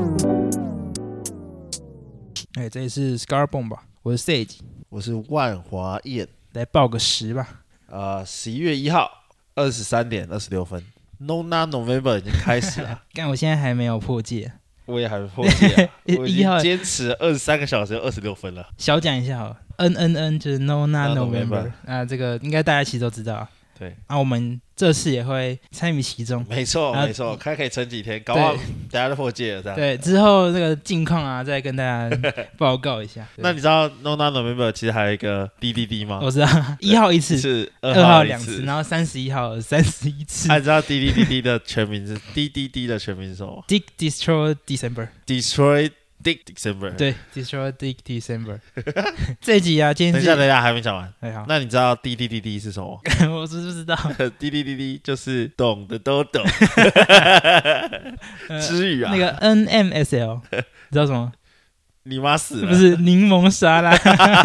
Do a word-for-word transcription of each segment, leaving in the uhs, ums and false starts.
哎，这里是 Scarbone 吧，我是 Sage， 我是万华燕， 来报个时吧。 呃，十一月一号二十三点二十六分 ，Nona November 已经开始了。 但我现在还没有破戒， 我也还没破戒、啊，我已一号经坚持二十三个小时二十六分了。 小讲一下好了 ，N N N 就是 Nona November， 啊，这个应该大家其实都知道啊。 对， 啊，我们这次也会参与其中。 没错， 啊没错，看可以撑几天，搞不好等下就破戒了，这样。 对，之后这个近况啊，再跟大家报告一下。 那你知道 Nona November 其实还有一个 D D D 吗？ 我知道，一号一次， 是二号两次，然后三十一号三十一次。 啊、你知道 D D D 的全名是 D D D 的全名是什么 ？Dick Destroy December。Destroy Dick December。 对 ，Destroy Dick December。这一集啊，今天等一下，等一下，还没讲完。 哎好， 那你知道 D D D D 是什么？ 我知不知道 ？D D D D 就是懂的都懂。之语啊。 那个 N M S L， 你知道什么？ 你妈死了！ 不是柠檬沙拉。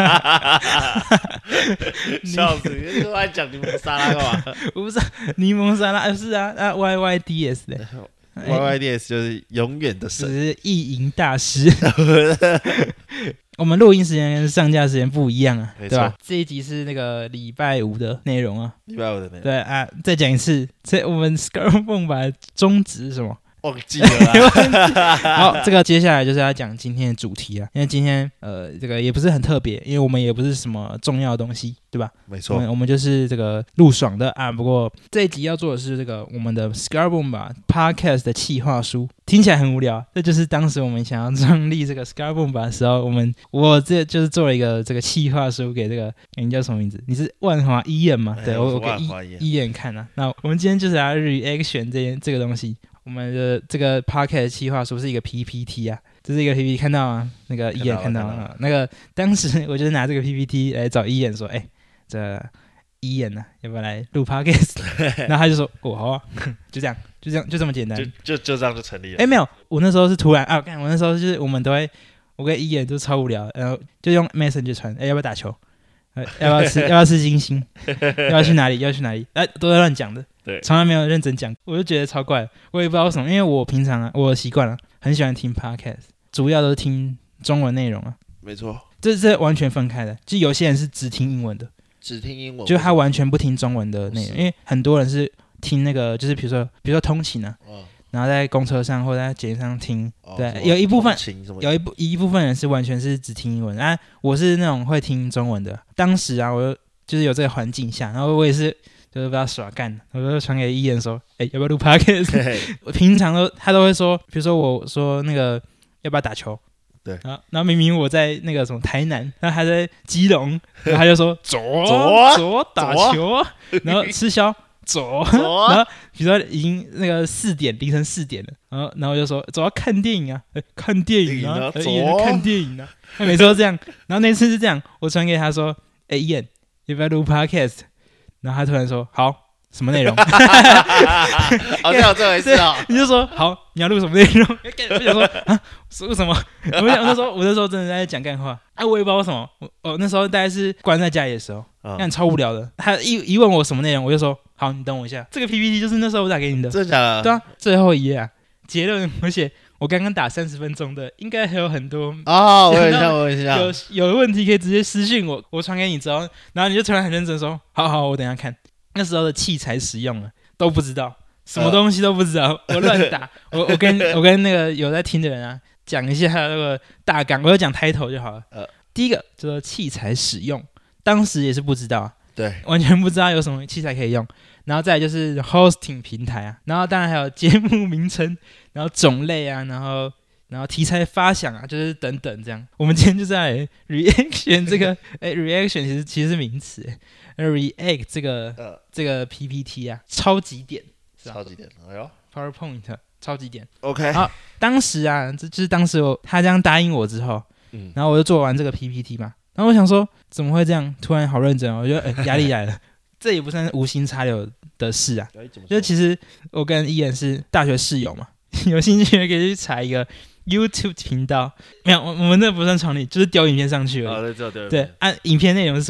笑死！你都在讲柠檬沙拉干嘛？ 我不是柠檬沙拉，是啊啊 Y Y D S 的。 Y Y D S 就是永远的神， 就是意淫大师。我们录音时间跟上架时间不一样啊，对吧？这一集是那个礼拜五的内容啊， 礼拜五的内容。 对啊，再讲一次，这我们 Scarbone 把宗旨是什么？ 忘记了啦。 好，这个接下来就是要讲今天的主题啊，因为今天呃，这个也不是很特别，因为我们也不是什么重要的东西，对吧？ 没错， 我们我们就是这个录爽的啊。不过这一集要做的是这个我们的 Scarbone 吧 Podcast 的企划书，听起来很无聊，这就是当时我们想要创立这个 Scarbone 吧的时候，我们我这就是做了一个这个企划书给这个，你叫什么名字？你是万华医院吗？对，我我给医院看啊。那我们今天就是来 reaction 这这个东西。我们的这个 podcast 企划书是一个 P P T 啊，这是一个 P P T， 看到吗？那个一眼看到啊，那个当时我就拿这个 P P T 来找一眼说，哎、欸，这一眼呢、啊，要不要来录 podcast？ 然后他就说，哦，好啊，就这样，就这样，就这么简单， 就就就这样就成立了。 哎、欸，没有，我那时候是突然啊，看我那时候就是我们都会，我跟一眼都超无聊，然后就用 Messenger 传，哎、欸，要不要打球？呃、要不要吃？要不要吃星星？要不要去哪里？要去哪里？哎、啊，都在乱讲的。 对， 从来没有认真讲，我就觉得超怪的，我也不知道为什么，因为我平常啊，我习惯了，很喜欢听 podcast， 主要都是听中文内容啊。 没错， 这这完全分开的，就有些人是只听英文的， 只听英文， 就他完全不听中文的内容，因为很多人是听那个，就是比如说，比如说通勤啊，嗯、然后在公车上或者在捷运上听，哦、对，有一部分有一部一部分人是完全是只听英文，啊，我是那种会听中文的，当时啊，我就是有这个环境下，然后我也是。就是不要耍干，我就传给伊人说，哎、欸，要不要录 podcast？ 我平常都他都会说，比如说我说那个要不要打球， 对， 然后然后明明我在那个什么台南，然后还在基隆，然后他就说走走走打球，然后吃宵走，然后比如说已经那个四点凌晨四点了，然后然后就说走要看电影啊，欸、看电影啊，伊人、欸、看电影啊，他每次都这样，然后那次是这样，我传给他说，哎、欸，伊人要不要录 podcast？然后他突然说：“好，什么内容？” 好像有这回事哦。 你就说：“好，你要录什么内容？”我想说：“啊，录什么？”我想那时候，我那时候真的在讲干话。哎、啊，我也不知道为什么。我哦，那时候大概是关在家里的时候，那、嗯、超无聊的。他一一问我什么内容，我就说：“好，你等我一下。”这个 P P T 就是那时候我打给你的， 真的假的？ 对啊，最后一页啊，结论我写。我刚刚打三十分钟的，应该还有很多哦，我有印象，我有印象。 有有问题可以直接私讯我，我传给你之后，然后你就突然很认真说：“好好，我等一下看。”那时候的器材使用了都不知道，什么东西都不知道，呃、我乱打。我我跟我跟那个有在听的人啊讲一下那个大纲，我就讲 title 就好了。呃，第一个叫做器材使用，当时也是不知道， 对， 完全不知道有什么器材可以用。然后再来就是 hosting 平台啊，然后当然还有节目名称，然后种类啊，然后然后题材发想啊，就是等等这样。我们今天就在 reaction 这个，哎 ，reaction 其实其实是名词 ，react 这个、呃、这个 P P T 啊，超级点， 超级点，哎呦 ，PowerPoint 超级点 ，OK。 好，当时啊，这就是当时我他这样答应我之后，嗯，然后我就做完这个 P P T 嘛，然后我想说怎么会这样，突然好认真哦，我觉得哎压力来了。这也不算是无心插柳的事啊，就其实我跟伊人是大学室友嘛，有兴趣可以去查一个 YouTube 频道，没有，我们那不算创立，就是丢影片上去而已。 哦，对对对。 对，按、啊、影片内容是什么？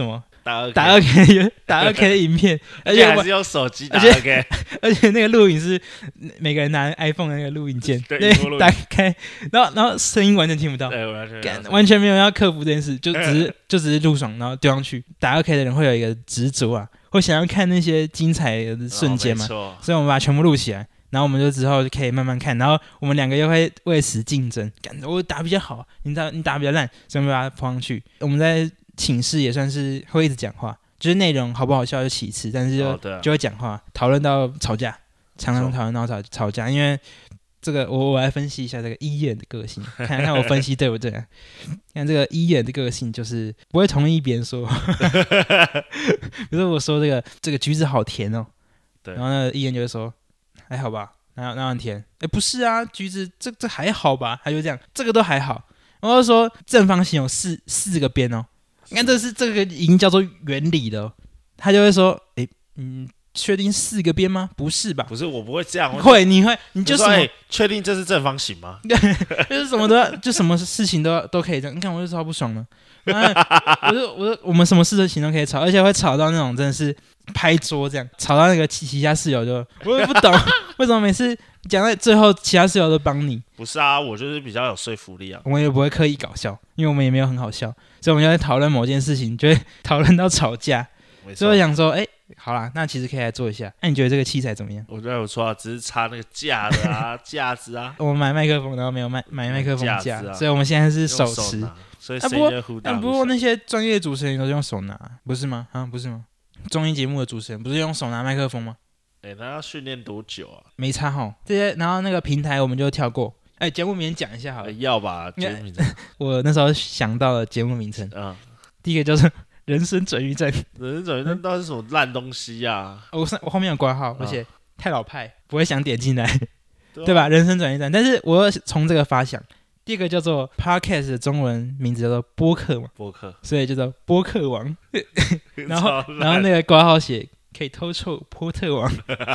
打二 K， 打二 K 打二 K 的影片，而且还是用手机打二 K， 而且那个录影是每个人拿 iPhone 的那个录影键， 对， 打开，然后然后声音完全听不到， 对，完全完全没有要克服这件事，就只是就只是录爽，然后丢上去。打二 K 的人会有一个执着啊，会想要看那些精彩的瞬间嘛， 哦、 所以我们把它全部录起来。然后我们就之后就可以慢慢看，然后我们两个又会为此竞争。我打比较好，你打你打比较烂，所以我们把它放上去。我们在寝室也算是会一直讲话，就是内容好不好笑就其次，但是就、哦啊、就会讲话，讨论到吵架，常常讨论到吵吵架。因为这个我我来分析一下这个伊眼的个性，看看我分析对不对、啊。看这个伊眼的个性就是不会同意别人说，比如说我说这个这个橘子好甜哦， 对， 然后呢伊眼就会说。还好吧，哪有哪很甜？哎，不是啊，橘子这这还好吧？他就这样，这个都还好。然后说正方形有四四个边哦，你看这是这个已经叫做原理了、哦。他就会说，哎，嗯，确定四个边吗？不是吧？ 不是，我不会这样。 会，你会，你就什么？ 确定这是正方形吗？ 对，就是什么都要，就什么事情都要都可以这样。你看我就超不爽的。我就我就我们什么事情都可以吵，而且会吵到那种真的是拍桌这样，吵到那个其他室友就我也不懂为什么每次讲到最后其他室友都帮你。 不是啊，我就是比较有说服力啊。 我们也不会刻意搞笑，因为我们也没有很好笑，所以我们就在讨论某件事情，就会讨论到吵架。所以我想说，哎、欸，好啦，那其实可以来做一下。那、啊、你觉得这个器材怎么样？ 我觉得不错啊，只是差那个架子啊，架子啊。 我们买麦克风，然后没有买买麦克风架、啊，所以我们现在是手持。 所以谁就呼大、 啊、不过那些专业主持人都是用手拿，不是吗？啊，不是吗？综艺节目的主持人不是用手拿麦克风吗？ 哎、欸，那要训练多久啊？ 没差齁。这些，然后那个平台我们就跳过。哎、欸，节目名称讲一下好了。 欸、要吧，节目名称。 我那时候想到了节目名称， 嗯， 第一个就是人生转运站。 人生转运站到底是什么烂东西啊？ 我我后面有挂号，而且太老派，不会想点进来， 对, 啊、 对吧？人生转运站，但是我从这个发想。第一个叫做 Podcast 的中文名字叫做播客嘛， 播客， 所以叫做播客王。然后，然后那个挂号写可以偷臭波特王。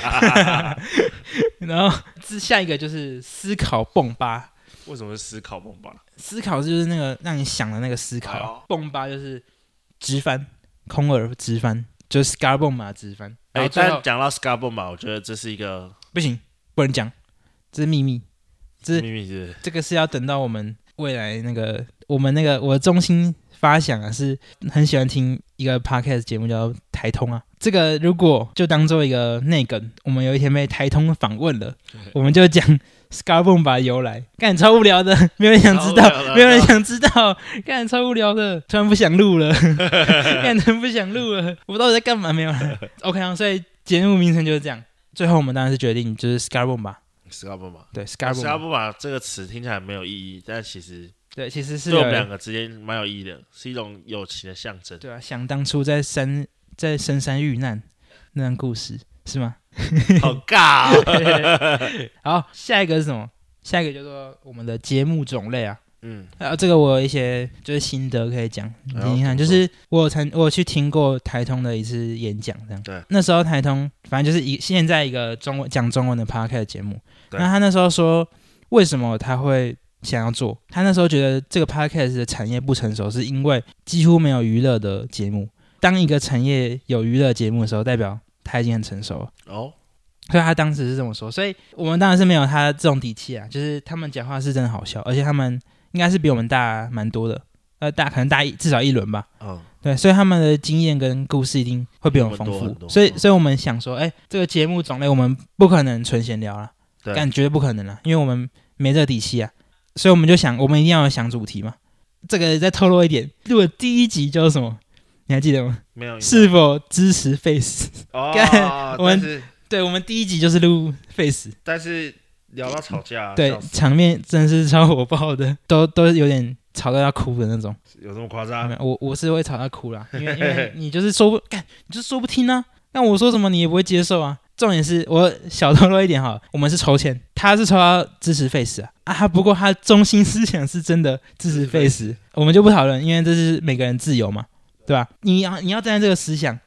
然后下一个就是思考蹦吧。 为什么是思考蹦吧？ 思考就是那个让你想的那个思考，哎、蹦吧就是直翻，空耳直翻，就是 Scar 蹦吧直翻。 哎、欸，但讲到 Scar 蹦吧，我觉得这是一个不行，不能讲，这是秘密。这秘密是这个是要等到我们未来那个我们那个我的中心发想啊，是很喜欢听一个 podcast 节目叫台通啊。这个如果就当做一个内梗，我们有一天被台通访问了，我们就讲 Scarbone 把由来，干超无聊的，没有人想知道，没有人想知道，干超无聊的，突然不想录了，干突然不想录了，我到底在干嘛？没有了。OK 啊，所以节目名称就是这样。最后我们当然是决定就是 Scarbone 吧。 Scarbone 吧， 对 ，Scarbone 吧这个词听起来没有意义，但其实对，其实是对我们两个之间蛮有意义的，是一种友情的象征。 对啊，想当初在山在深山遇难那段故事是吗？ 好尬、哦。 好，下一个是什么？下一个叫做我们的节目种类啊。 嗯， 啊，这个我有一些就是心得可以讲，你听听看。就是我有参，我有去听过台通的一次演讲，这样。 对。 那时候台通反正就是一现在一个中文讲中文的 podcast 节目。那他那时候说，为什么他会想要做？他那时候觉得这个 podcast 的产业不成熟，是因为几乎没有娱乐的节目。当一个产业有娱乐节目的时候，代表他已经很成熟了。哦。所以他当时是这么说。所以我们当然是没有他这种底气啊，就是他们讲话是真的好笑，而且他们。应该是比我们大蛮多的，呃，大可能大一至少一轮吧。嗯，对，所以他们的经验跟故事一定会比我们丰富。所以，所以我们想说，哎、欸，这个节目种类我们不可能纯闲聊啦，感觉不可能啦，因为我们没这个底气啊。所以我们就想，我们一定要有想主题嘛。这个再透露一点，录的第一集叫什么？你还记得吗？ 没有。 是否支持 Face？ 哦， 我们对，我们第一集就是录 Face， 但是。聊到吵架、啊， 对，场面真是超火爆的，都都有点吵到要哭的那种。 有这么夸张？ 我我是会吵到哭啦，因为因为你就是说不干，你就是说不听啊。那我说什么你也不会接受啊。重点是我小透露一点哈，我们是抽签，他是抽到支持 Face 啊啊，不过他中心思想是真的支持 Face， 我们就不讨论，因为这是每个人自由嘛，对吧？你要你要站在这个思想，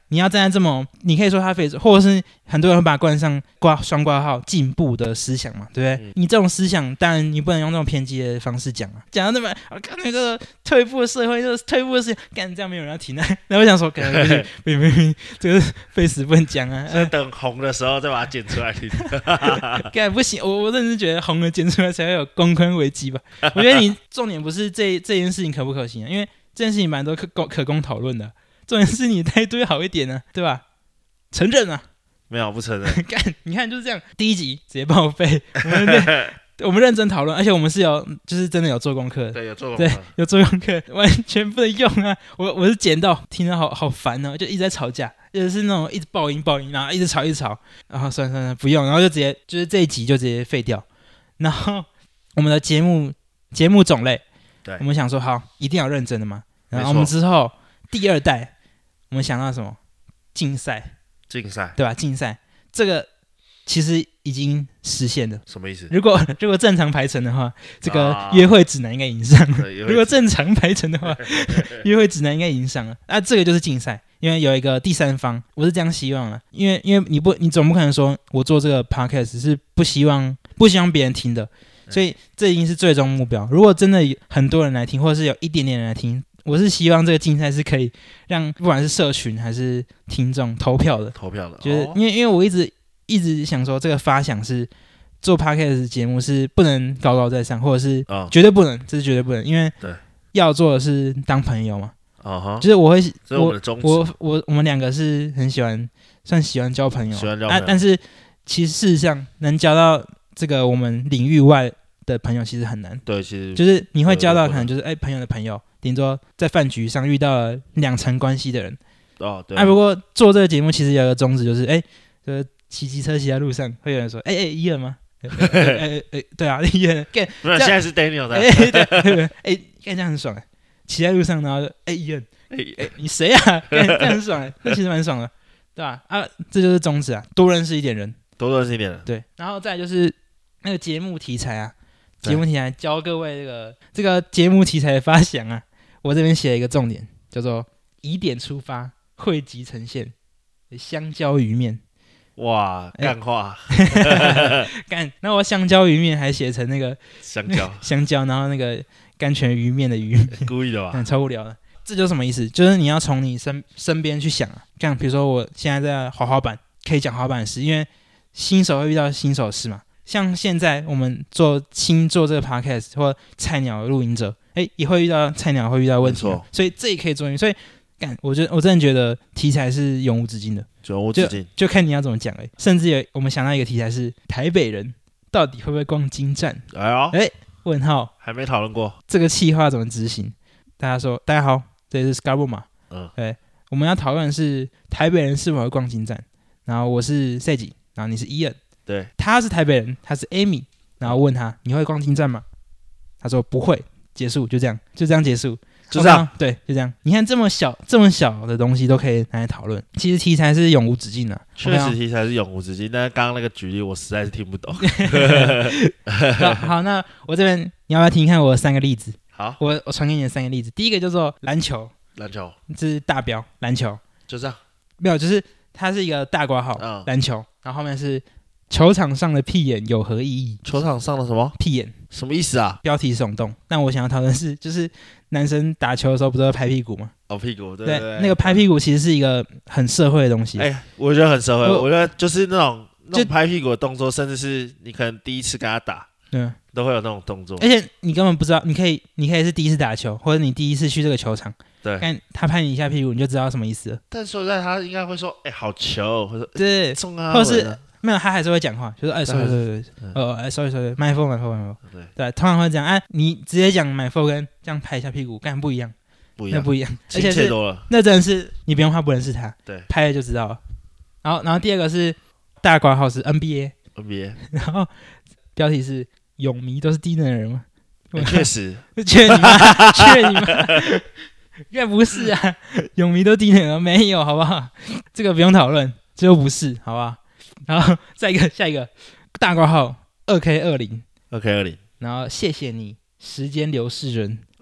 你要站在这么，你可以说他非，或者是很多人会把它冠上挂双挂号进步的思想嘛，对不对？嗯、你这种思想，当然你不能用这种偏激的方式讲啊，讲到那么，我看那个退步的社会，就是退步的事情，干这样没有人要听啊。然后我想说，干不行不行不行，这个废死不能讲啊。 所以等红的时候再把它剪出来听。 干不行，我我真的是觉得红的剪出来才会有公关危机吧。我觉得你重点不是这这件事情可不可行啊，因为这件事情蛮多可可供讨论的。重点是你态度好一点呢、啊，对吧？承认啊？ 没有，不承认。 干，你看就是这样，第一集直接报废。我们认我们认真讨论，而且我们是有，就是真的有做功课。 对，有做功课。 对，有做功课，完全不能用啊！我我是剪到听到好好烦哦，就一直在吵架，就是那种一直爆音爆音，然后一直吵一直吵，然后算了算了不用，然后就直接就是这一集就直接废掉。然后我们的节目节目种类， 对， 我们想说好，一定要认真的嘛。然后我们之后第二代。我们想到什么？竞赛， 竞赛， 对吧？竞赛这个其实已经实现了。 什么意思？ 如果如果正常排程的话，这个约会指南应该已经上了。啊、如果正常排程的话，约会指南应该已经上了。啊，这个就是竞赛，因为有一个第三方，我是这样希望的。因为因为你不，你总不可能说我做这个 podcast 是不希望不希望别人听的，所以这已经是最终目标。如果真的很多人来听，或者是有一点点人来听。我是希望这个竞赛是可以让不管是社群还是听众投票的， 投票的， 就是因为因为我一直一直想说，这个发想是做 podcast 节目是不能高高在上，或者是绝对不能，这是绝对不能，因为要做的是当朋友嘛。 Uh-huh, 就是我会， 我我我我我们两个是很喜欢，算喜欢交朋友， 喜欢交朋友、 啊、但是其实事实上能交到这个我们领域外的朋友其实很难。 对，其实就是你会交到可能就是哎、欸、朋友的朋友。顶多在饭局上遇到了两层关系的人， 哦，对。 哎、啊，不过做这个节目其实有一个宗旨，就是哎，就是骑机车骑在路上，会有人说，哎哎，伊恩吗？哎哎哎，对啊，伊恩。 没有，现在是 Daniel 的。 哎对，哎，干这样很爽哎，骑在路上然后哎伊恩，哎哎你谁啊？干这样很爽哎，那其实蛮爽的，对吧？啊，这就是宗旨啊，多认识一点人， 多认识一点人。 对，然后再来就是那个节目题材啊，节目题材教各位这个这个节目题材的发想啊。我这边写了一个重点，叫做以点出发，汇集呈现，香蕉鱼面。 哇，干话， 干！那我香蕉鱼面还写成那个香蕉， 香蕉，然后那个甘泉鱼面的鱼面， 故意的吧？ 超无聊的。这就是什么意思？就是你要从你身身边去想啊。像比如说我现在在滑滑板，可以讲滑板的事，因为新手会遇到新手的事嘛。像现在我们做新做这个 podcast 或菜鸟录音者。哎，也会遇到菜鸟，会遇到问题，所以这也可以做。所以，干，我觉得我真的觉得题材是永无止境的， 永无止境， 就, 就看你要怎么讲而已。甚至有我们想到一个题材是台北人到底会不会逛金站？ 哎呦， 哎，问号， 还没讨论过这个企划怎么执行？大家说，大家好，这里是 Scarborough 嘛，嗯，对，我们要讨论的是台北人是否会逛金站。然后我是 Sage， 然后你是 Ian， 对， 他是台北人，他是 Amy， 然后问他你会逛金站吗？他说不会。结束就这样，就这样结束， 就这样， 对，就这样。你看这么小、这么小的东西都可以拿来讨论，其实题材是永无止境的。 确实题材是永无止境，但是刚刚那个举例我实在是听不懂。 好, 好，那我这边你要不要听看我的三个例子？ 好， 我我传给你的三个例子。第一个叫做篮球， 篮球， 这是大标，篮球， 就这样。 没有，就是它是一个大括号， 嗯、 篮球，然后后面是球场上的屁眼有何意义？ 球场上的什么屁眼？ 什么意思啊？ 标题耸动，但我想要讨论的是，就是男生打球的时候不是会拍屁股吗？ 哦，屁股，对对, 对, 对， 那个拍屁股其实是一个很社会的东西。 哎、欸，我觉得很社会，我, 我觉得就是那种那种拍屁股的动作，甚至是你可能第一次跟他打，嗯，都会有那种动作。 而且你根本不知道，你可以，你可以是第一次打球，或者你第一次去这个球场， 对， 但他拍你一下屁股，你就知道什么意思了。 但说实在，他应该会说，哎、欸，好球，或者对， 中啊， 或者是。没有，他还是会讲话，就是哎，sorry sorry sorry，哦，哎，sorry sorry，买 phone 买 phone 买 phone， 对对，通常会讲，哎，你直接讲买 phone 跟这样拍一下屁股，干不一样， 不一样， 那不一样， 亲切多了， 那真的是你不用怕不认识他， 对， 拍了就知道了。然后，然后第二个是大括号是 N B A，N B A， 然后标题是泳迷都是低能的人吗？ 确实， 确你妈，确你妈。应该不是啊，泳迷都低能了没有，好不好？这个不用讨论，这又不是，好不好？然后再一个，下一个大括号二 K 二零， 二 K 二零， 然后谢谢你，时间流逝人，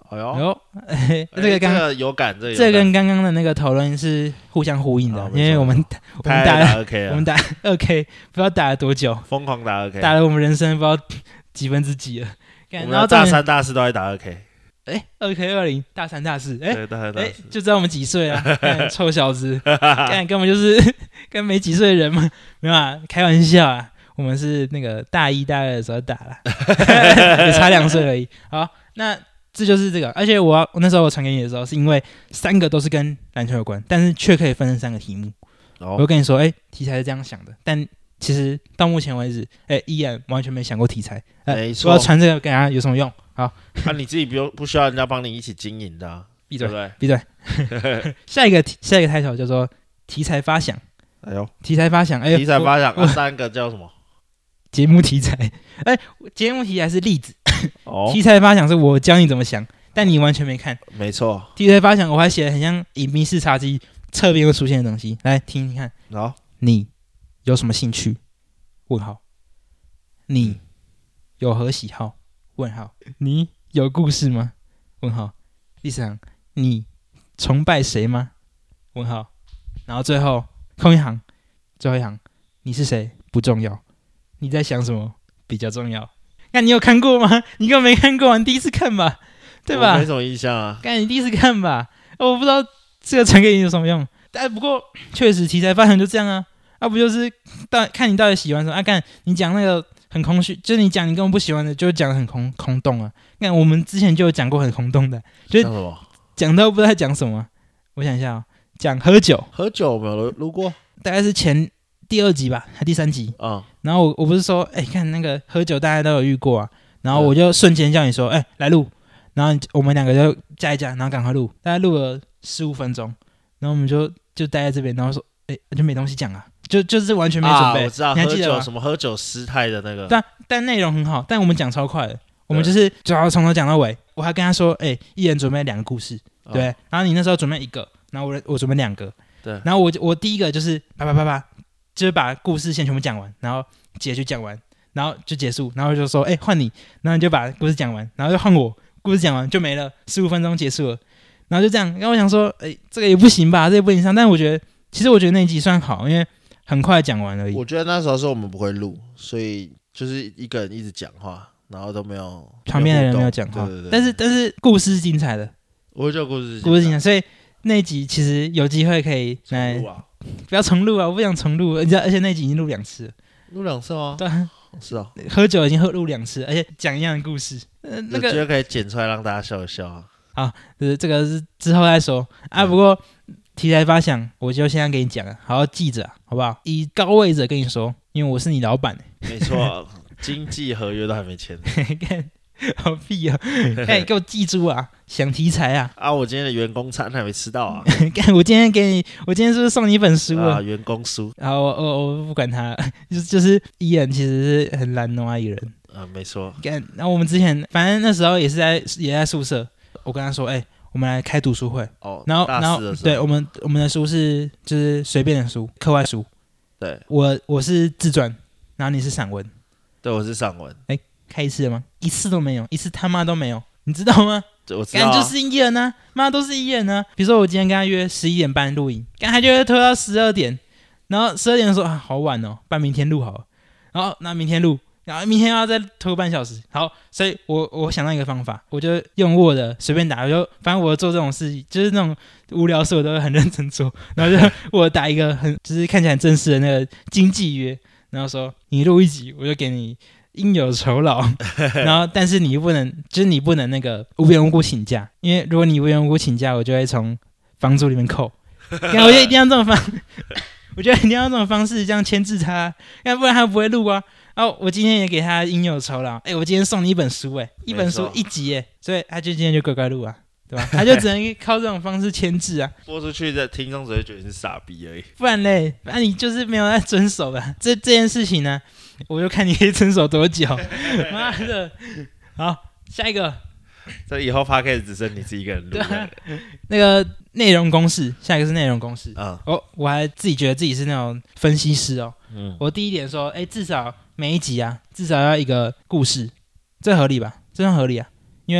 哎呦， 哎呦，欸、这个刚、 欸、有感，这个这跟刚刚的那个讨论是互相呼应的，哦、因为我们我们打了二 K， 我们打二 K， 不知道打了多久， 疯狂打二 K， 打了我们人生不知道几分之几了。 我们大三大四都在打二 K。 哎，二 K 二零大三大四，哎， 哎， 就知道我们几岁啊？臭小子，干根本就是跟没几岁的人嘛，没有啊，开玩笑啊。我们是那个大一大二的时候打了，也差两岁而已。好，那这就是这个，而且我要我那时候我传给你的时候，是因为三个都是跟篮球有关，但是却可以分成三个题目。哦、我就跟你说，哎，题材是这样想的，但其实到目前为止，哎，依然完全没想过题材。 没错， 我要传这个给大家有什么用？好， 那、啊、你自己不用不需要人家帮你一起经营的、啊， 闭嘴， 对不对？ 闭嘴。下一个下一个 title 叫做题材发想。 哎呦， 题材发想，哎呦， 题材发想，啊、三个叫什么？ 节目题材，哎，节目题材是例子， 哦， 题材发想是我教你怎么想，但你完全没看。 没错， 题材发想我还写得很像隐秘式茶几侧边会出现的东西，来听听看。 好， 你有什么兴趣？问号。你有何喜好？问号，你有故事吗？问号，第四行，你崇拜谁吗？问号，然后最后空一行，最后一行，你是谁不重要，你在想什么比较重要。那你有看过吗？你根本没看过，你第一次看吧，对吧？ 我没什么印象啊。 干，你第一次看吧，我不知道这个传给你有什么用。但不过确实题材发展就这样啊，啊不就是到看你到底喜欢什么啊？干，你讲那个。很空虚，就是你讲你根本不喜欢的，就讲得很空空洞啊。那我们之前就有讲过很空洞的，就是讲到不知道在讲什么。我想一下啊、哦，讲喝酒， 喝酒没有录过， 大概是前第二集吧，还第三集啊、嗯。然后我我不是说，哎，看那个喝酒大家都有遇过啊。然后我就瞬间叫你说，哎，来录。然后我们两个就加一加，然后赶快录，大概录了十五分钟。然后我们就就待在这边，然后说，哎，就没东西讲啊。就就是完全没准备、 啊，我知道，你还记得喝酒什么喝酒失态的那个， 但但内容很好，但我们讲超快的，我们就是主要从头讲到尾。我还跟他说，哎、欸，一人准备两个故事，对、哦，然后你那时候准备一个，然后我我准备两个， 对， 然后我我第一个就是啪啪啪啪，就是把故事线全部讲完，然后结局讲完，然后就结束，然后就说，哎、欸，换你，然后你就把故事讲完，然后就换我，故事讲完就没了，十五分钟结束了，然后就这样。然后我想说，哎、欸，这个也不行吧，这也不行上，但我觉得其实我觉得那一集算好，因为。很快讲完而已。 我觉得那时候是我们不会录，所以就是一个人一直讲话，然后都没有旁边的人没有讲话。 对对对。 但是但是故事是精彩的， 我觉得故事是故事精彩，所以那一集其实有机会可以来， 啊、 不要重录啊！我不想重录，你知道，而且那一集已经录两次了。 录两次吗？ 对， 是啊， 喝酒已经喝录两次，而且讲一样的故事。呃，那个我觉得可以剪出来让大家笑一笑啊。 好，就是这个是之后再说啊。不过。题材发想，我就现在给你讲了，好好记着、啊，好不好？以高位者跟你说，因为我是你老板、欸。 没错，经纪合约都还没签。 看，好屁啊！哎，给我记住啊，想题材啊。 啊，我今天的员工餐还没吃到啊。 干，我今天给你，我今天是不是送你一本书啊？ 啊，员工书。 然后我我我不管他，就是就是伊人其实是很懒惰啊，伊人。 啊，没错。 干，然后我们之前反正那时候也是在也在宿舍，我跟他说，哎、欸。我们来开读书会， 哦， 然后然后对我们我们的书是就是随便的书，课外书。 对， 我我是自传，然后你是散文。 对，我是散文。 哎，开一次了吗？一次都没有，一次他妈都没有，你知道吗？ 我知道、啊， 就是一人啊，妈都是一人啊。比如说我今天跟他约十一点半录影，干他就会拖到十二点，然后十二点说啊好晚哦，办明天录好了，然后那明天录。然后明天要再拖半小时，好，所以我我想到一个方法，我就用 Word 随便打，我就反正我做这种事，就是那种无聊事我都会很认真做，然后就我打一个很就是看起来很正式的那个经纪约，然后说你录一集我就给你应有酬劳，然后但是你不能就是你不能那个无缘无故请假，因为如果你无缘无故请假，我就会从房租里面扣，然后我就一定要这种方，我觉得一定要这种方式这样牵制他，要不然他不会录啊。然后我今天也给他应有酬劳，哎，我今天送你一本书，哎，一本书一集，哎，所以他就今天就乖乖录啊，对吧？他就只能靠这种方式牵制啊。 播出去的听众只会觉得你是傻逼而已， 不然嘞，那、啊、你就是没有在遵守的。这这件事情呢，我就看你可以遵守多久。妈的，好，下一个。 这以后 podcast 只剩你自己一个人录、啊。 那个内容公式，下一个是内容公式。 嗯， 哦，我还自己觉得自己是那种分析师哦。 嗯， 我第一点说，哎，至少每一集啊，至少要一个故事，这合理吧？这算合理啊，因为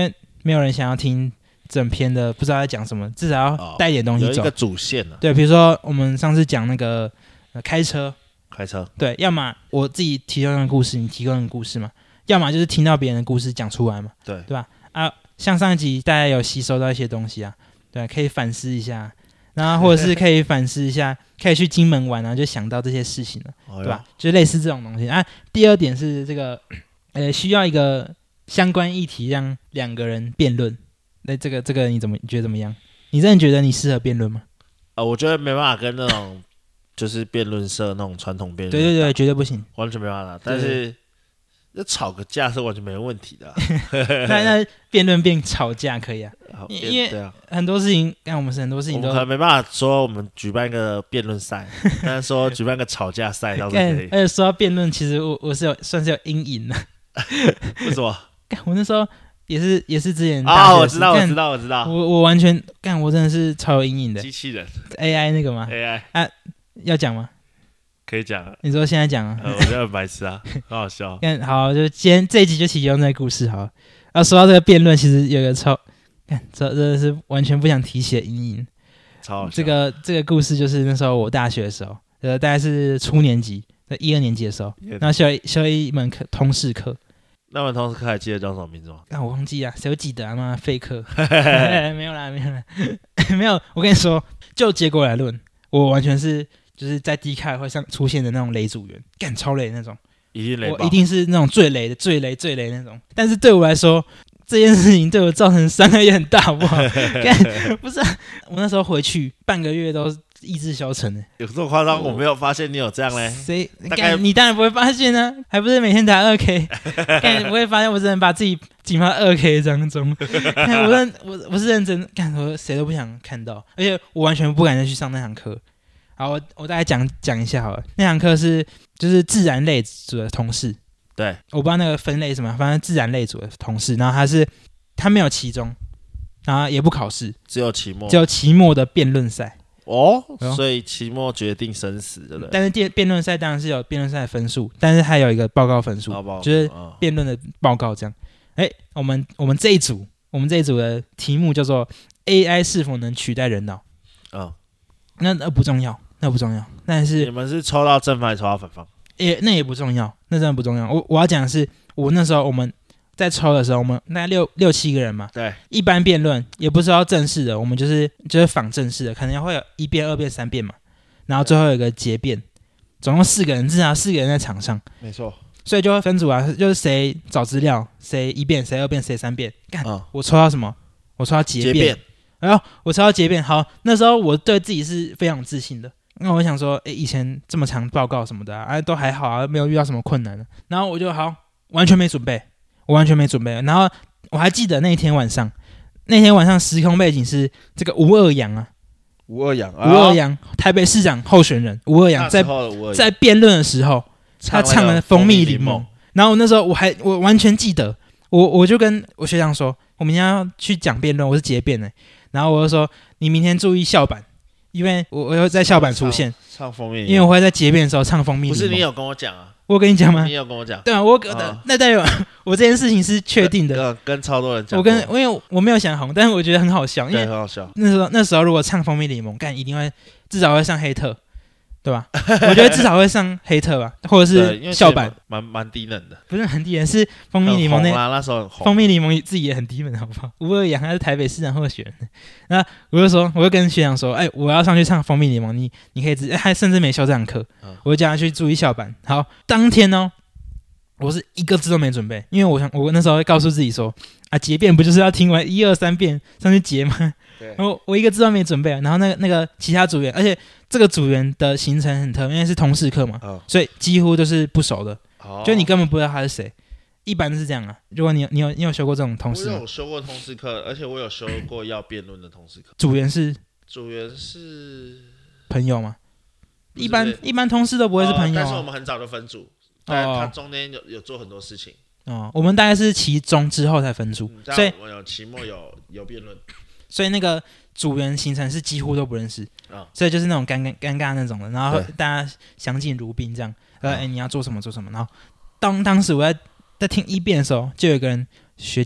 没有人想要听整篇的不知道在讲什么，至少要带一点东西走， 有一个主线啊。 对，比如说我们上次讲那个、呃、开车， 开车， 对，要么我自己提供一个故事，你提供一个故事嘛，要么就是听到别人的故事讲出来嘛， 对， 对吧？啊，像上一集大家有吸收到一些东西啊，对，可以反思一下，然后或者是可以反思一下，可以去金门玩啊，就想到这些事情了， 哦、 对吧？就类似这种东西啊。第二点是这个，呃，需要一个相关议题让两个人辩论。那这个这个你怎么你觉得怎么样？你真的觉得你适合辩论吗？ 呃，我觉得没办法跟那种就是辩论社那种传统辩论， 对对对，绝对不行， 完全没办法。但是那吵个架是完全没问题的、啊。 那那辩论变吵架可以啊，因为对啊， 很多事情，看我们是很多事情都我们可能没办法说我们举办一个辩论赛，但是说举办个吵架赛倒是可以。 而且说到辩论，其实我我是有算是有阴影的。 为什么？ 我那时候也是也是之前啊、 哦，我知道我知道我知道， 我我完全干，我真的是超有阴影的。 机器人 A I 那个吗 ？A I 啊，要讲吗？ 可以讲啊。 你说现在讲啊？ 呃、我觉得很白痴啊，很好笑。 干好，就今天这一集就提供这个故事好了。啊，说到这个辩论，其实有个超干，这真的是完全不想提起的阴影。 超好笑。 这个这个故事就是那时候我大学的时候，呃，大概是初年级，在一二年级的时候，然后修修一门课通识课。 那门通识课还记得叫什么名字吗？ 啊，我忘记了，谁会记得啊？妈，废课，没有啦，没有啦，没有。我跟你说，就结果来论，我完全是就是在 D 卡会上出现的那种雷组员，干超雷那种， 一定雷， 我一定是那种最雷的、最雷、最雷那种。但是对我来说，这件事情对我造成伤害也很大，好不好？干不是、啊，我那时候回去半个月都意志消沉的， 有这么夸张？我没有发现你有这样嘞。 谁？你当然不会发现呢、啊，还不是每天打二 K， 干不会发现我只能把自己挤到二 K 当中。我认我我是认真，干我谁都不想看到，而且我完全不敢再去上那堂课。好，我我大概讲讲一下好了。那堂课是就是自然类组的同事， 对， 我不知道那个分类是什么，反正自然类组的同事，然后他是他没有期中，然后也不考试， 只有期末， 只有期末的辩论赛。 哦，所以期末决定生死，对不对？ 但是辩论赛当然是有辩论赛的分数，但是还有一个报告分数，就是辩论的报告这样。哎，我们我们这一组，我们这一组的题目叫做 A I 是否能取代人脑？ 嗯， 那那不重要，那不重要。但是你们是抽到正方还是抽到反方？ 也那也不重要，那真的不重要。我我要讲的是，我那时候我们在抽的时候，我们大概六六七个人嘛， 对， 一般辩论也不是要正式的，我们就是就是仿正式的，可能会有一辩、二辩、三辩嘛，然后最后有一个结辩，总共四个人，至少四个人在场上， 没错， 所以就会分组啊，就是谁找资料，谁一辩，谁二辩，谁三辩。干、嗯，我抽到什么？我抽到结辩，哎呦，我抽到结辩。好，那时候我对自己是非常自信的。那我想说，哎，以前这么长报告什么的啊，啊都还好啊，没有遇到什么困难的。然后我就好，完全没准备，我完全没准备。然后我还记得那天晚上，那天晚上时空背景是这个吴二阳啊， 吴二阳， 吴二阳，台北市长候选人吴二阳在在辩论的时候，他唱了《蜂蜜柠檬》。然后那时候我还我完全记得，我我就跟我学长说，我明天要去讲辩论，我是结辩的。然后我就说，你明天注意校版。因为我我会在校版出现， 唱蜂蜜， 因为我会在结辩的时候唱蜂蜜。 不是你有跟我讲啊？ 我有跟你讲吗？ 你有跟我讲？ 对啊，我、哦、那代表我这件事情是确定的。 跟, 跟超多人讲， 我跟因为我没有想红，但是我觉得很好笑，因为很好笑。 那时候那时候如果唱蜂蜜柠檬，干一定会至少会上黑特，对吧？我觉得至少会上黑特吧，或者是校版， 蛮蛮低能的， 不是很低能，是蜂蜜柠檬那那时候很红， 蜂蜜柠檬自己也很低能，好不好？吴二阳他是台北市长候选人，那我就说，我就跟学长说，哎，我要上去唱蜂蜜柠檬，你你可以直接，还甚至没修这堂课，嗯、我就叫他去注意校版。好，当天呢，我是一个字都没准备，因为我想，我那时候会告诉自己说，啊，结辩不就是要听完一二三遍上去结吗？然后我一个字都没准备，然后那个那个其他组员，而且这个组员的行程很特别，因为是同事课嘛，哦、所以几乎都是不熟的，哦、就你根本不知道他是谁。一般是这样啊。如果你有你有你有修过这种通识吗？ 我有修过通识课，而且我有修过要辩论的通识课。 组员是组员是朋友吗？一般一般通识都不会是朋友、啊哦，但是我们很早就分组，但他中间有有做很多事情。 哦，我们大概是期中之后才分组， 嗯、 所以我有期末有有辩论， 所以那个组员行程是几乎都不认识，哦、所以就是那种尴尬尴尬那种的，然后大家相敬如宾这样，呃，哎、欸，你要做什么做什么，然后当当时我在在听一辩的时候，就有一个人学姐，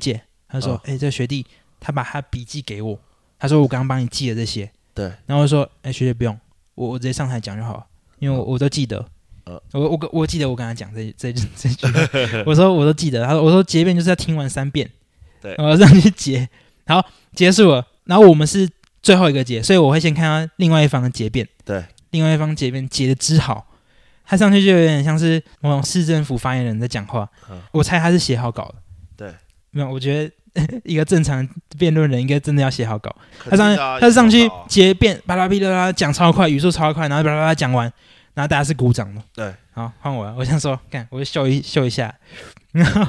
他就说：“哎、哦欸，这个学弟他把他笔记给我，他说我刚刚帮你记了这些。” 对， 然后我就说：“哎、欸，学姐不用，我我直接上台讲就好了，因为我我都记得。呃、我我我记得我跟他讲这这这句话，我说我都记得。他说我说结辩就是要听完三遍， 对， 我上去结，好结束了。然后我们是最后一个结，所以我会先看到另外一方的结辩， 对， 另外一方结辩结的之好，他上去就有点像是某种市政府发言人在讲话。嗯、我猜他是写好稿的， 对， 没有，我觉得一个正常辩论人应该真的要写好稿。他上他上去结辩，巴拉巴拉讲超快，语速超快，然后巴拉巴拉讲完。然后大家是鼓掌的， 对， 好换我了，我想说，干，我就秀一秀一下，然后，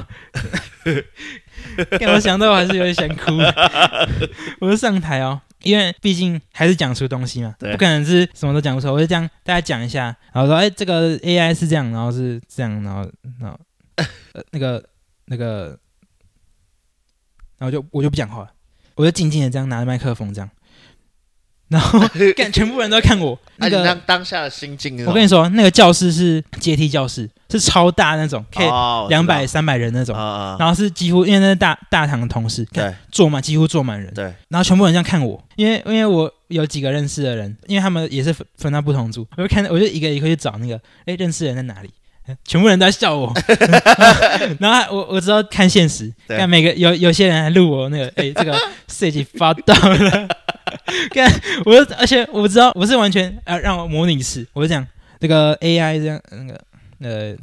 干，我想到我还是有点想哭，我就上台哦，因为毕竟还是讲出东西嘛，不可能是什么都讲不出，我就这样大家讲一下，然后说，哎，这个 A I 是这样，然后是这样，然后，然后，呃，那个那个，然后就我就不讲话了，我就静静的这样拿着麦克风这样。然后干，全部人都在看我。那个、 啊、当下的心境， 我跟你说，那个教室是阶梯教室，是超大那种，可以两百、三百人那种。 哦、 然后是几乎因为那是大大堂的同事， 对， 坐满几乎坐满人。 对。 然后全部人这样看我，因为因为我有几个认识的人，因为他们也是分分到不同组，我就看，我就一个一个去找那个，哎，认识的人在哪里？全部人都在笑我，然后我我知道看现实，看每个有有些人还录我那个，哎，这个这集发到了。干，我而且我知道我是完全呃让我模拟式，我就讲这个 A I 这样那个呃，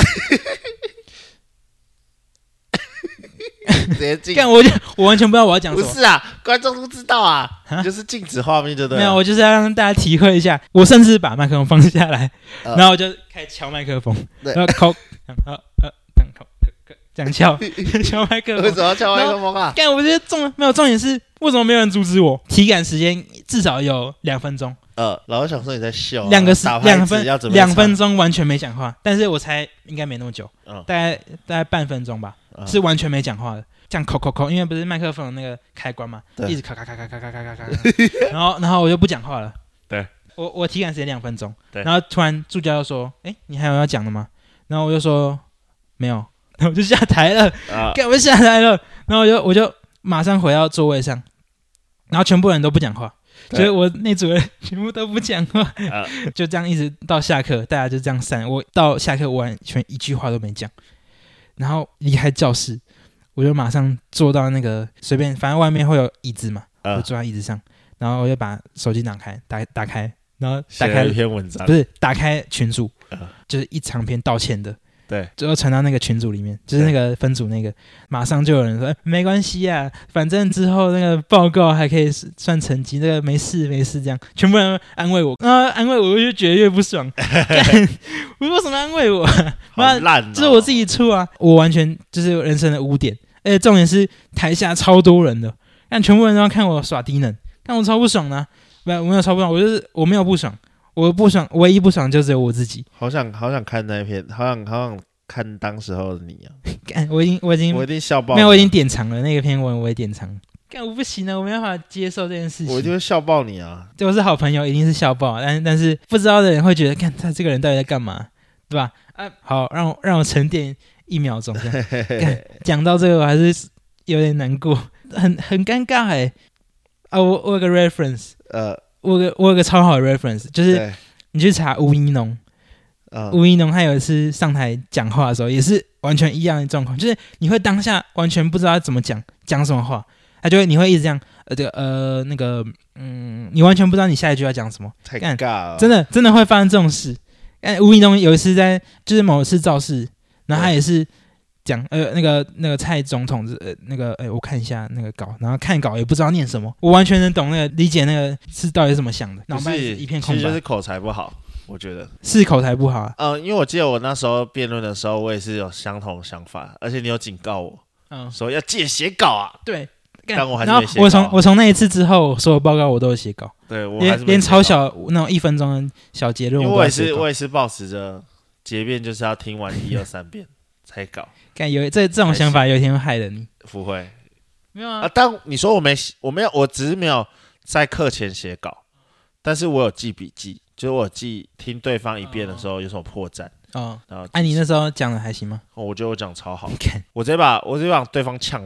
直接禁， 干我就我完全不知道我要讲什么。 不是啊，观众都知道啊，就是禁止画面，对不对？ 没有，我就是要让大家体会一下。我甚至把麦克风放下来，呃、然后我就开始敲麦克风，然后敲，呃呃，这样敲，这样敲，敲麦克风。 为什么要敲麦克风啊？ 干，我觉得重没有重点是。为什么没有人阻止我？体感时间至少有两分钟。 呃，老师想说你在笑、啊。 两个两分两分钟完全没讲话，但是我猜应该没那么久，嗯、大概大概半分钟吧，嗯、是完全没讲话的。这样扣扣扣，因为不是麦克风的那个开关嘛，一直咔咔咔咔咔咔咔咔咔，然后然后我就不讲话了。 对， 我我体感时间两分钟，然后突然助教就说：“哎，你还有要讲的吗？”然后我就说：“没有。”然后我就下台了，啊，我就下台了，然后我就我就马上回到座位上。然后全部人都不讲话，所以我那组人全部都不讲话，啊、就这样一直到下课，大家就这样散。我到下课完全一句话都没讲，然后离开教室，我就马上坐到那个随便，反正外面会有椅子嘛，啊、我坐在椅子上，然后我就把手机打开，打打开，然后打开一篇文章， 不是打开群组，啊、就是一长篇道歉的。 对， 最后传到那个群组里面，就是那个分组那个，马上就有人说、欸、没关系啊，反正之后那个报告还可以算成绩，那个没事没事，这样全部人安慰我，啊安慰我，我就觉得越不爽，我为什么安慰我？ 好烂、哦， 这是我自己出啊，我完全就是人生的污点，而且重点是台下超多人的，但全部人都要看我耍低能，看我超不爽的、啊，不，我没有超不爽，我就是我没有不爽。我不爽，唯一不爽就只有我自己。 好想好想看那一篇，好想好想看当时候的你啊！ 干，我已经我已经我一定笑爆， 没有，我已经典藏了那个篇文，我也典藏。干，我不行了，我没办法接受这件事情。 我一定会笑爆你啊！ 我是好朋友，一定是笑爆，但但是不知道的人会觉得，看他这个人到底在干嘛，对吧？啊，好，让我让我沉淀一秒钟。讲到这个，我还是有点难过，很很尴尬哎、欸。啊，我我有个 reference， 呃。我有个我有个超好的 reference， 就是你去查吴怡农，呃、吴怡农他有一次上台讲话的时候，也是完全一样的状况，就是你会当下完全不知道怎么讲，讲什么话，他就会你会一直这样，呃，这个呃那个嗯，你完全不知道你下一句要讲什么， 太尬了， 真的真的会发生这种事。但吴怡农有一次在就是某一次造势，然后他也是。讲呃那个那个蔡总统呃那个呃我看一下那个稿，然后看稿也不知道念什么，我完全能懂那个理解那个是到底是怎么想的，脑袋一片空白。 其实就是口才不好，我觉得是口才不好、啊。 呃，因为我记得我那时候辩论的时候，我也是有相同的想法，而且你有警告我，嗯，说要记得写稿啊。 对， 但我还是没写稿、啊。 我从我从那一次之后，所有报告我都有写稿。 对，我还是没写稿连超小那种一分钟的小结论， 因为我也是我也是抱持着结辩就是要听完一二三遍才稿。 干有这这种想法，有一天会害了你。 不会， 没有啊。 啊但你说我没，我没有，我只是没有在课前写稿，但是我有记笔记，就是我记听对方一遍的时候有什么破绽。哦，然后哎、 啊，你那时候讲的还行吗？ 哦、我觉得我讲超好，我直接把我直接把对方呛烂，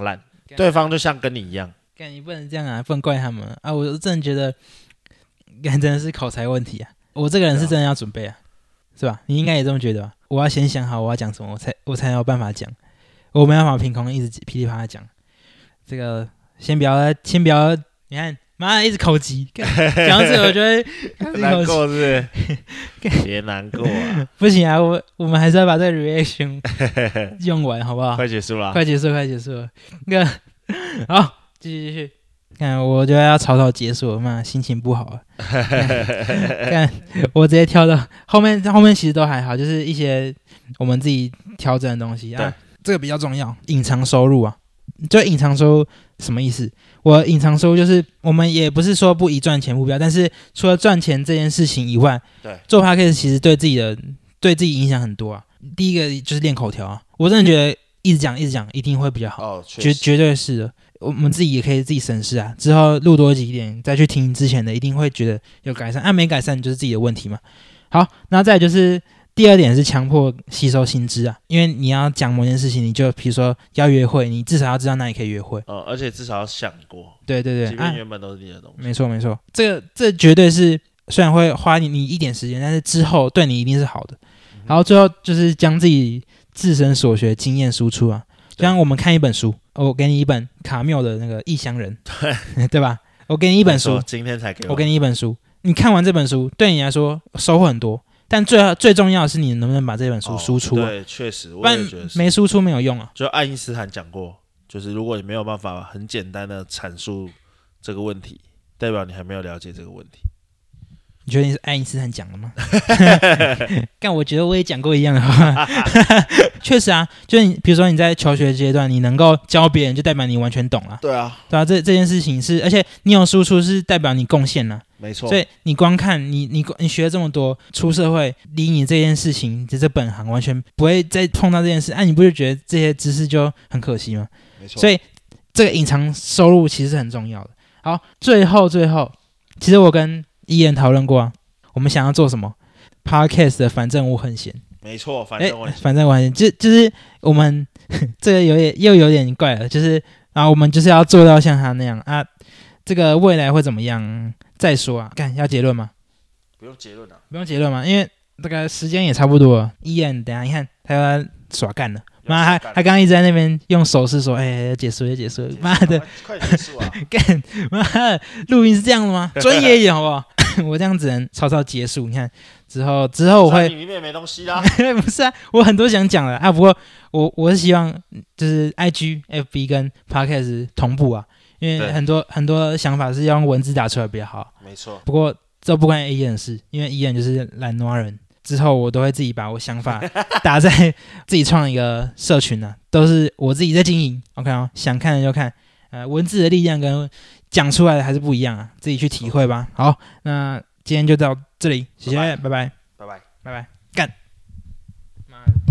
对方就像跟你一样。 干你不能这样啊，不能怪他们啊！我真的觉得，干真的是口才问题啊！我这个人是真的要准备啊，是吧？你应该也这么觉得吧？我要先想好我要讲什么，我才我才有办法讲，我没办法凭空一直噼里啪啦讲。这个先不要，先不要，你看，妈的一直口急，讲到这个我觉得难过是不是？别难过啊！ 不行啊，我我们还是要把这个 reaction 用完，好不好？ 快结束了， 快结束，快结束了。那个好。继续继续，看我觉得要草草结束了，妈心情不好了。看我直接跳到后面，后面其实都还好，就是一些我们自己调整的东西啊。这个比较重要，隐藏收入啊，就隐藏收入什么意思？我隐藏收入就是我们也不是说不以赚钱目标，但是除了赚钱这件事情以外， 对， 做 podcast 其实对自己的对自己影响很多啊。第一个就是练口条啊，我真的觉得一直讲一直讲一定会比较好， 哦， 绝绝对是的。我们自己也可以自己审视啊，之后录多几点再去听之前的，一定会觉得有改善。啊，没改善就是自己的问题嘛。好，那再来就是第二点是强迫吸收新知啊，因为你要讲某件事情，你就比如说要约会，你至少要知道哪里可以约会。 哦，而且至少要想过。 对对对， 即便原本都是你的东西。 啊、没错没错，这个这绝对是虽然会花你你一点时间，但是之后对你一定是好的。嗯、然后最后就是将自己自身所学经验输出啊，就像我们看一本书。我给你一本卡缪的那个《异乡人》，对对吧？我给你一本书， 今天才给我。 我给你一本书，你看完这本书，对你来说收获很多，但最最重要的是你能不能把这本书输出、啊哦、对，确实，我也觉得是没输出没有用啊。 就爱因斯坦讲过，就是如果你没有办法很简单的阐述这个问题，代表你还没有了解这个问题。 你觉得你是爱因斯坦讲的吗？但我觉得我也讲过一样的话。确实啊，就是你比如说你在求学阶段，你能够教别人，就代表你完全懂了。 对啊， 对啊，这这件事情是，而且你有输出是代表你贡献了。 没错。 所以你光看你你你学了这么多，出社会离你这件事情，这本行完全不会再碰到这件事，哎、啊，你不是觉得这些知识就很可惜吗？ 没错。 所以这个隐藏收入其实是很重要的。好，最后最后，其实我跟伊人讨论过啊，我们想要做什么 ？Podcast 的反正我很闲， 没错，反正我很闲， 反正我很闲，就就是我们这个有点又有点怪了，就是啊，我们就是要做到像他那样啊，这个未来会怎么样再说啊？干要结论吗？ 不用结论啊， 不用结论嘛，因为这个时间也差不多了。伊人等一下你看他要耍干了。妈，他他刚刚一直在那边用手势说：“哎、欸，要结束，要结束。”妈的， 快结束啊！ 干妈的，录音是这样的吗？专业一点好不好？我这样只能草草结束。你看之后之后我会， 你里面没东西啦。 不是啊，我很多想讲的啊。不过我我是希望就是 I G、F B 跟 Podcast 同步啊，因为很多很多想法是要用文字打出来比较好。 没错。不过这不关 A 人的事，因为 E 人就是懒惰人。之后我都会自己把我想法打在自己创一个社群啊，都是我自己在经营。OK 哦，想看的就看，呃，文字的力量跟讲出来的还是不一样啊，自己去体会吧。好，那今天就到这里，谢谢，拜拜， 拜拜， 拜拜，干，妈的。